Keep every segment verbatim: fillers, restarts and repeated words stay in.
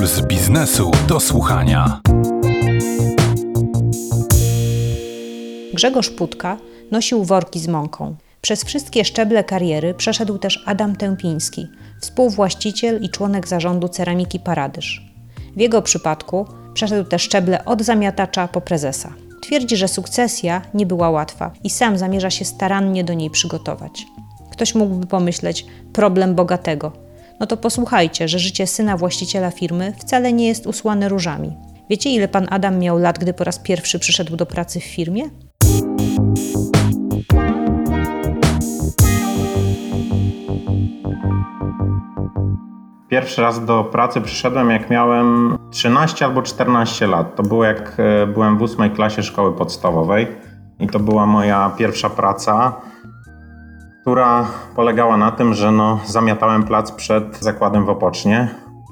z biznesu do słuchania. Grzegorz Putka nosił worki z mąką. Przez wszystkie szczeble kariery przeszedł też Adam Tępiński, współwłaściciel i członek zarządu Ceramiki Paradyż. W jego przypadku przeszedł te szczeble od zamiatacza po prezesa. Twierdzi, że sukcesja nie była łatwa i sam zamierza się starannie do niej przygotować. Ktoś mógłby pomyśleć, problem bogatego. No to posłuchajcie, że życie syna właściciela firmy wcale nie jest usłane różami. Wiecie, ile pan Adam miał lat, gdy po raz pierwszy przyszedł do pracy w firmie? Pierwszy raz do pracy przyszedłem, jak miałem trzynaście albo czternaście lat. To było jak byłem w ósmej klasie szkoły podstawowej i to była moja pierwsza praca, która polegała na tym, że no, zamiatałem plac przed zakładem w Opocznie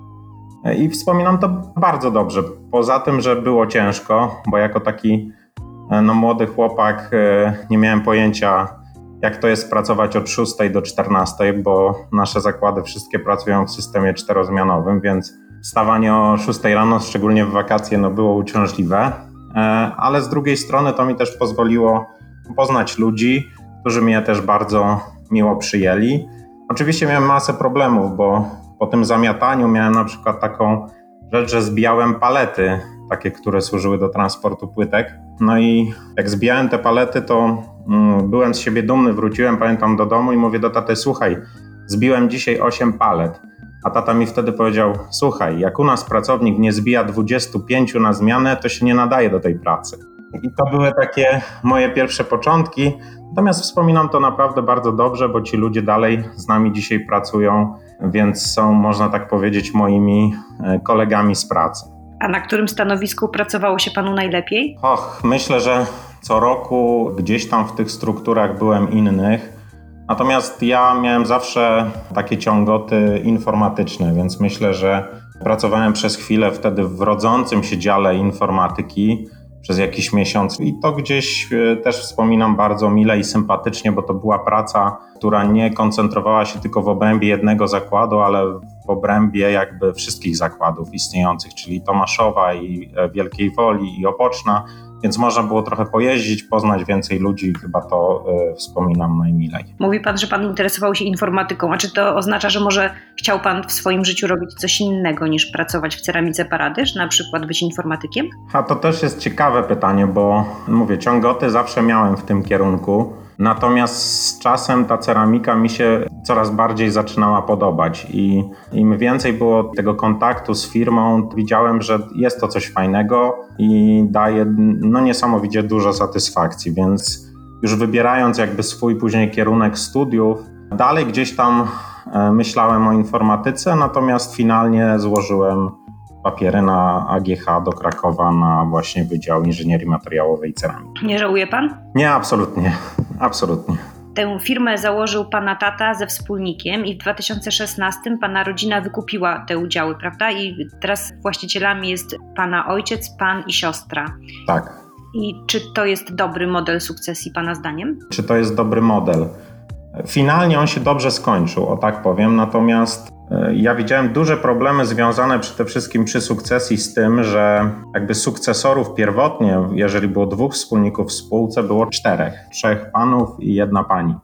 i wspominam to bardzo dobrze. Poza tym, że było ciężko, bo jako taki no, młody chłopak nie miałem pojęcia, jak to jest pracować od szóstej do czternastej, bo nasze zakłady wszystkie pracują w systemie czterozmianowym, więc wstawanie o szóstej rano, szczególnie w wakacje, no było uciążliwe, ale z drugiej strony to mi też pozwoliło poznać ludzi, którzy mnie też bardzo miło przyjęli. Oczywiście miałem masę problemów, bo po tym zamiataniu miałem na przykład taką rzecz, że zbijałem palety, takie, które służyły do transportu płytek. No i jak zbijałem te palety, to mm, byłem z siebie dumny, wróciłem, pamiętam, do domu i mówię do taty, słuchaj, zbiłem dzisiaj osiem palet. A tata mi wtedy powiedział, słuchaj, jak u nas pracownik nie zbija dwudziestu pięciu na zmianę, to się nie nadaje do tej pracy. I to były takie moje pierwsze początki. Natomiast wspominam to naprawdę bardzo dobrze, bo ci ludzie dalej z nami dzisiaj pracują, więc są, można tak powiedzieć, moimi kolegami z pracy. A na którym stanowisku pracowało się panu najlepiej? Och, myślę, że co roku gdzieś tam w tych strukturach byłem innych. Natomiast ja miałem zawsze takie ciągoty informatyczne, więc myślę, że pracowałem przez chwilę wtedy w rodzącym się dziale informatyki przez jakiś miesiąc i to gdzieś też wspominam bardzo mile i sympatycznie, bo to była praca, która nie koncentrowała się tylko w obrębie jednego zakładu, ale w obrębie jakby wszystkich zakładów istniejących, czyli Tomaszowa i Wielkiej Woli i Opoczna, więc można było trochę pojeździć, poznać więcej ludzi, chyba to y, wspominam najmilej. Mówi pan, że pan interesował się informatyką, a czy to oznacza, że może chciał pan w swoim życiu robić coś innego niż pracować w Ceramice Paradyż, na przykład być informatykiem? A to też jest ciekawe pytanie, bo mówię, ciągoty zawsze miałem w tym kierunku, natomiast z czasem ta ceramika mi się coraz bardziej zaczynała podobać i im więcej było tego kontaktu z firmą, widziałem, że jest to coś fajnego i daje no, niesamowicie dużo satysfakcji, więc już wybierając jakby swój później kierunek studiów, dalej gdzieś tam myślałem o informatyce, natomiast finalnie złożyłem papiery na A G H do Krakowa na właśnie Wydział Inżynierii Materiałowej i Ceramiki. Nie żałuje pan? Nie, absolutnie, absolutnie. Tę firmę założył pana tata ze wspólnikiem i w dwa tysiące szesnastym pana rodzina wykupiła te udziały, prawda? I teraz właścicielami jest pana ojciec, pan i siostra. Tak. I czy to jest dobry model sukcesji pana zdaniem? Czy to jest dobry model? Finalnie on się dobrze skończył, o tak powiem, natomiast ja widziałem duże problemy związane przede wszystkim przy sukcesji z tym, że jakby sukcesorów pierwotnie, jeżeli było dwóch wspólników w spółce, było czterech. Trzech panów i jedna pani.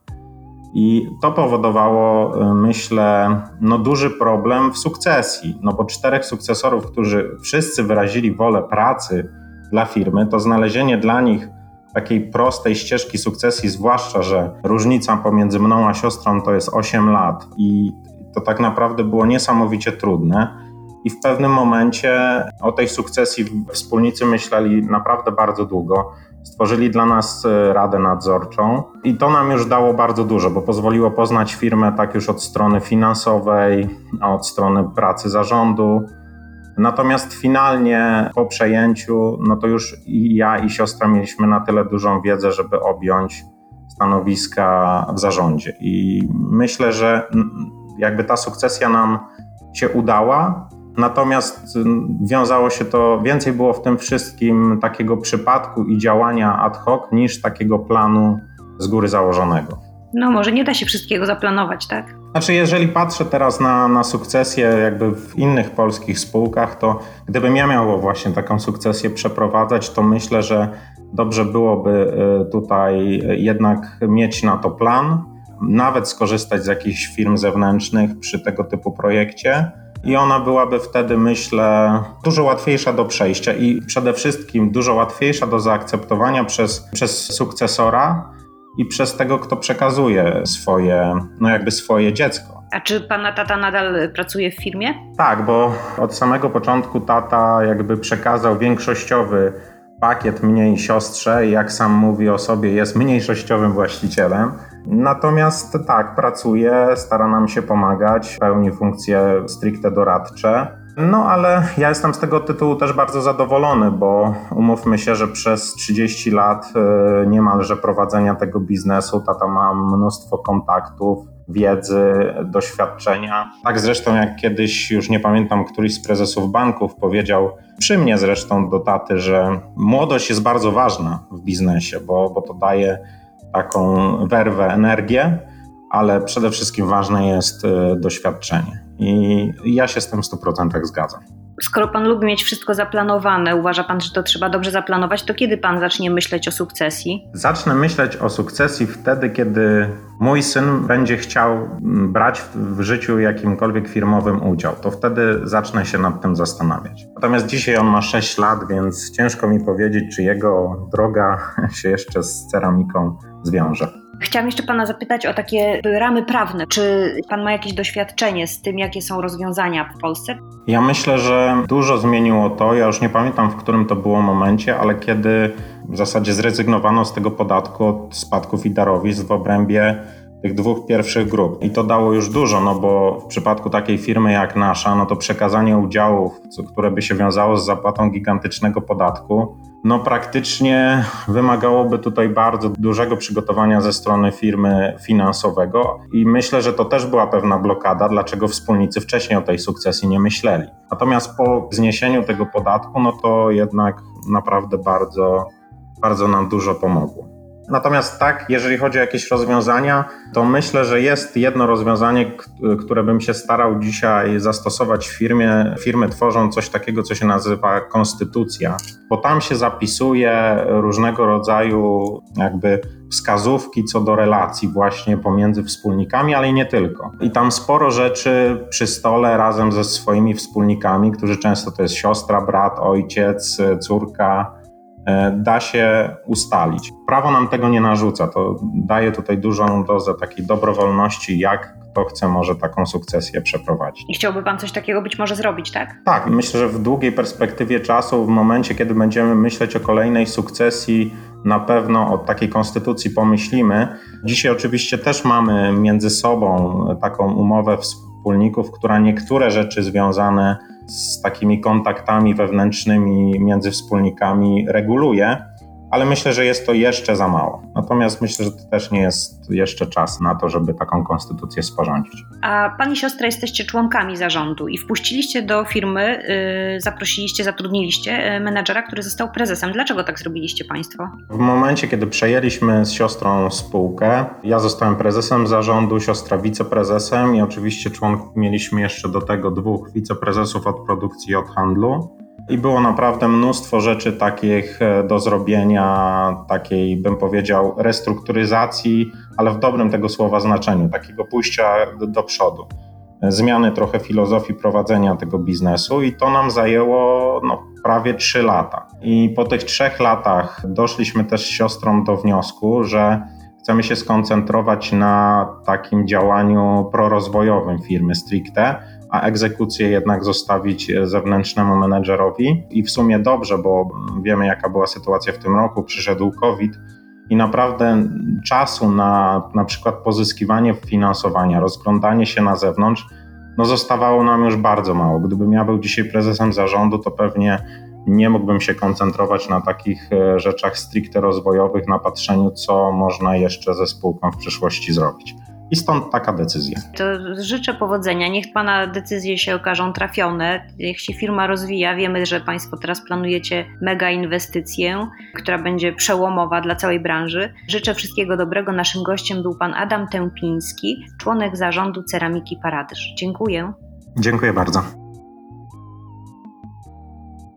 I to powodowało, myślę, no duży problem w sukcesji, no bo czterech sukcesorów, którzy wszyscy wyrazili wolę pracy dla firmy, to znalezienie dla nich takiej prostej ścieżki sukcesji, zwłaszcza, że różnica pomiędzy mną a siostrą to jest osiem lat i to tak naprawdę było niesamowicie trudne i w pewnym momencie o tej sukcesji wspólnicy myśleli naprawdę bardzo długo. Stworzyli dla nas radę nadzorczą i to nam już dało bardzo dużo, bo pozwoliło poznać firmę tak już od strony finansowej, od strony pracy zarządu. Natomiast finalnie po przejęciu, no to już i ja i siostra mieliśmy na tyle dużą wiedzę, żeby objąć stanowiska w zarządzie i myślę, że jakby ta sukcesja nam się udała, natomiast wiązało się to, więcej było w tym wszystkim takiego przypadku i działania ad hoc niż takiego planu z góry założonego. No może nie da się wszystkiego zaplanować, tak? Znaczy, jeżeli patrzę teraz na, na sukcesję jakby w innych polskich spółkach, to gdybym ja miał właśnie taką sukcesję przeprowadzać, to myślę, że dobrze byłoby tutaj jednak mieć na to plan, nawet skorzystać z jakichś firm zewnętrznych przy tego typu projekcie i ona byłaby wtedy, myślę, dużo łatwiejsza do przejścia i przede wszystkim dużo łatwiejsza do zaakceptowania przez, przez sukcesora i przez tego, kto przekazuje swoje, no jakby swoje dziecko. A czy pana tata nadal pracuje w firmie? Tak, bo od samego początku tata jakby przekazał większościowy pakiet mnie i siostrze i jak sam mówi o sobie, jest mniejszościowym właścicielem. Natomiast tak, pracuje, stara nam się pomagać, pełni funkcje stricte doradcze. No ale ja jestem z tego tytułu też bardzo zadowolony, bo umówmy się, że przez trzydzieści lat niemalże prowadzenia tego biznesu tata ma mnóstwo kontaktów, wiedzy, doświadczenia. Tak zresztą jak kiedyś, już nie pamiętam, któryś z prezesów banków powiedział przy mnie zresztą do taty, że młodość jest bardzo ważna w biznesie, bo, bo to daje taką werwę, energię, ale przede wszystkim ważne jest doświadczenie. I ja się z tym w stu procentach zgadzam. Skoro pan lubi mieć wszystko zaplanowane, uważa pan, że to trzeba dobrze zaplanować, to kiedy pan zacznie myśleć o sukcesji? Zacznę myśleć o sukcesji wtedy, kiedy mój syn będzie chciał brać w życiu jakimkolwiek firmowym udział. To wtedy zacznę się nad tym zastanawiać. Natomiast dzisiaj on ma sześć lat, więc ciężko mi powiedzieć, czy jego droga się jeszcze z ceramiką zwiąże. Chciałam jeszcze pana zapytać o takie ramy prawne. Czy pan ma jakieś doświadczenie z tym, jakie są rozwiązania w Polsce? Ja myślę, że dużo zmieniło to, ja już nie pamiętam, w którym to było momencie, ale kiedy w zasadzie zrezygnowano z tego podatku od spadków i darowizn w obrębie tych dwóch pierwszych grup. I to dało już dużo, no bo w przypadku takiej firmy jak nasza, no to przekazanie udziałów, które by się wiązało z zapłatą gigantycznego podatku, no praktycznie wymagałoby tutaj bardzo dużego przygotowania ze strony firmy finansowego i myślę, że to też była pewna blokada, dlaczego wspólnicy wcześniej o tej sukcesji nie myśleli. Natomiast po zniesieniu tego podatku, no to jednak naprawdę bardzo, bardzo nam dużo pomogło. Natomiast tak, jeżeli chodzi o jakieś rozwiązania, to myślę, że jest jedno rozwiązanie, które bym się starał dzisiaj zastosować w firmie. Firmy tworzą coś takiego, co się nazywa konstytucja, bo tam się zapisuje różnego rodzaju jakby wskazówki co do relacji właśnie pomiędzy wspólnikami, ale i nie tylko. I tam sporo rzeczy przy stole razem ze swoimi wspólnikami, którzy często to jest siostra, brat, ojciec, córka, da się ustalić. Prawo nam tego nie narzuca, to daje tutaj dużą dozę takiej dobrowolności, jak kto chce, może taką sukcesję przeprowadzić. I chciałby pan coś takiego być może zrobić, tak? Tak, myślę, że w długiej perspektywie czasu, w momencie, kiedy będziemy myśleć o kolejnej sukcesji, na pewno o takiej konstytucji pomyślimy. Dzisiaj oczywiście też mamy między sobą taką umowę wspólników, która niektóre rzeczy związane z takimi kontaktami wewnętrznymi między wspólnikami reguluje, ale myślę, że jest to jeszcze za mało. Natomiast myślę, że to też nie jest jeszcze czas na to, żeby taką konstytucję sporządzić. A pan i siostra jesteście członkami zarządu i wpuściliście do firmy, yy, zaprosiliście, zatrudniliście menadżera, który został prezesem. Dlaczego tak zrobiliście państwo? W momencie, kiedy przejęliśmy z siostrą spółkę, ja zostałem prezesem zarządu, siostra wiceprezesem i oczywiście członków mieliśmy jeszcze do tego dwóch wiceprezesów od produkcji i od handlu. I było naprawdę mnóstwo rzeczy takich do zrobienia, takiej bym powiedział restrukturyzacji, ale w dobrym tego słowa znaczeniu, takiego pójścia do, do przodu. Zmiany trochę filozofii prowadzenia tego biznesu i to nam zajęło no, prawie trzy lata. I po tych trzech latach doszliśmy też z siostrą do wniosku, że chcemy się skoncentrować na takim działaniu prorozwojowym firmy stricte, a egzekucję jednak zostawić zewnętrznemu menedżerowi. I w sumie dobrze, bo wiemy, jaka była sytuacja w tym roku, przyszedł COVID i naprawdę czasu na na przykład pozyskiwanie finansowania, rozglądanie się na zewnątrz, no zostawało nam już bardzo mało. Gdybym ja był dzisiaj prezesem zarządu, to pewnie nie mógłbym się koncentrować na takich rzeczach stricte rozwojowych, na patrzeniu, co można jeszcze ze spółką w przyszłości zrobić. I stąd taka decyzja. To życzę powodzenia. Niech Pana decyzje się okażą trafione. Niech się firma rozwija. Wiemy, że Państwo teraz planujecie mega inwestycję, która będzie przełomowa dla całej branży. Życzę wszystkiego dobrego. Naszym gościem był Pan Adam Tępiński, członek zarządu Ceramiki Paradyż. Dziękuję. Dziękuję bardzo.